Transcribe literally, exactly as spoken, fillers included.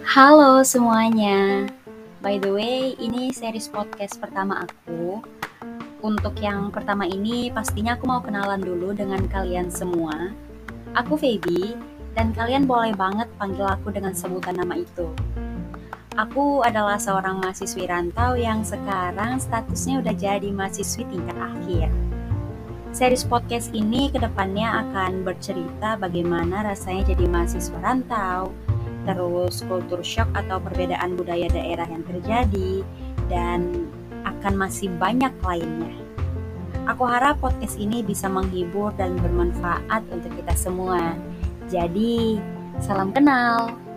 Halo semuanya. By the way, ini series podcast pertama aku. Untuk yang pertama ini, pastinya aku mau kenalan dulu dengan kalian semua. Aku Feby, dan kalian boleh banget panggil aku dengan sebutan nama itu. Aku adalah seorang mahasiswi rantau yang sekarang statusnya udah jadi mahasiswi tingkat akhir. Series podcast ini kedepannya akan bercerita bagaimana rasanya jadi mahasiswa rantau, terus kultur shock atau perbedaan budaya daerah yang terjadi, dan akan masih banyak lainnya. Aku harap podcast ini bisa menghibur dan bermanfaat untuk kita semua. Jadi, salam kenal.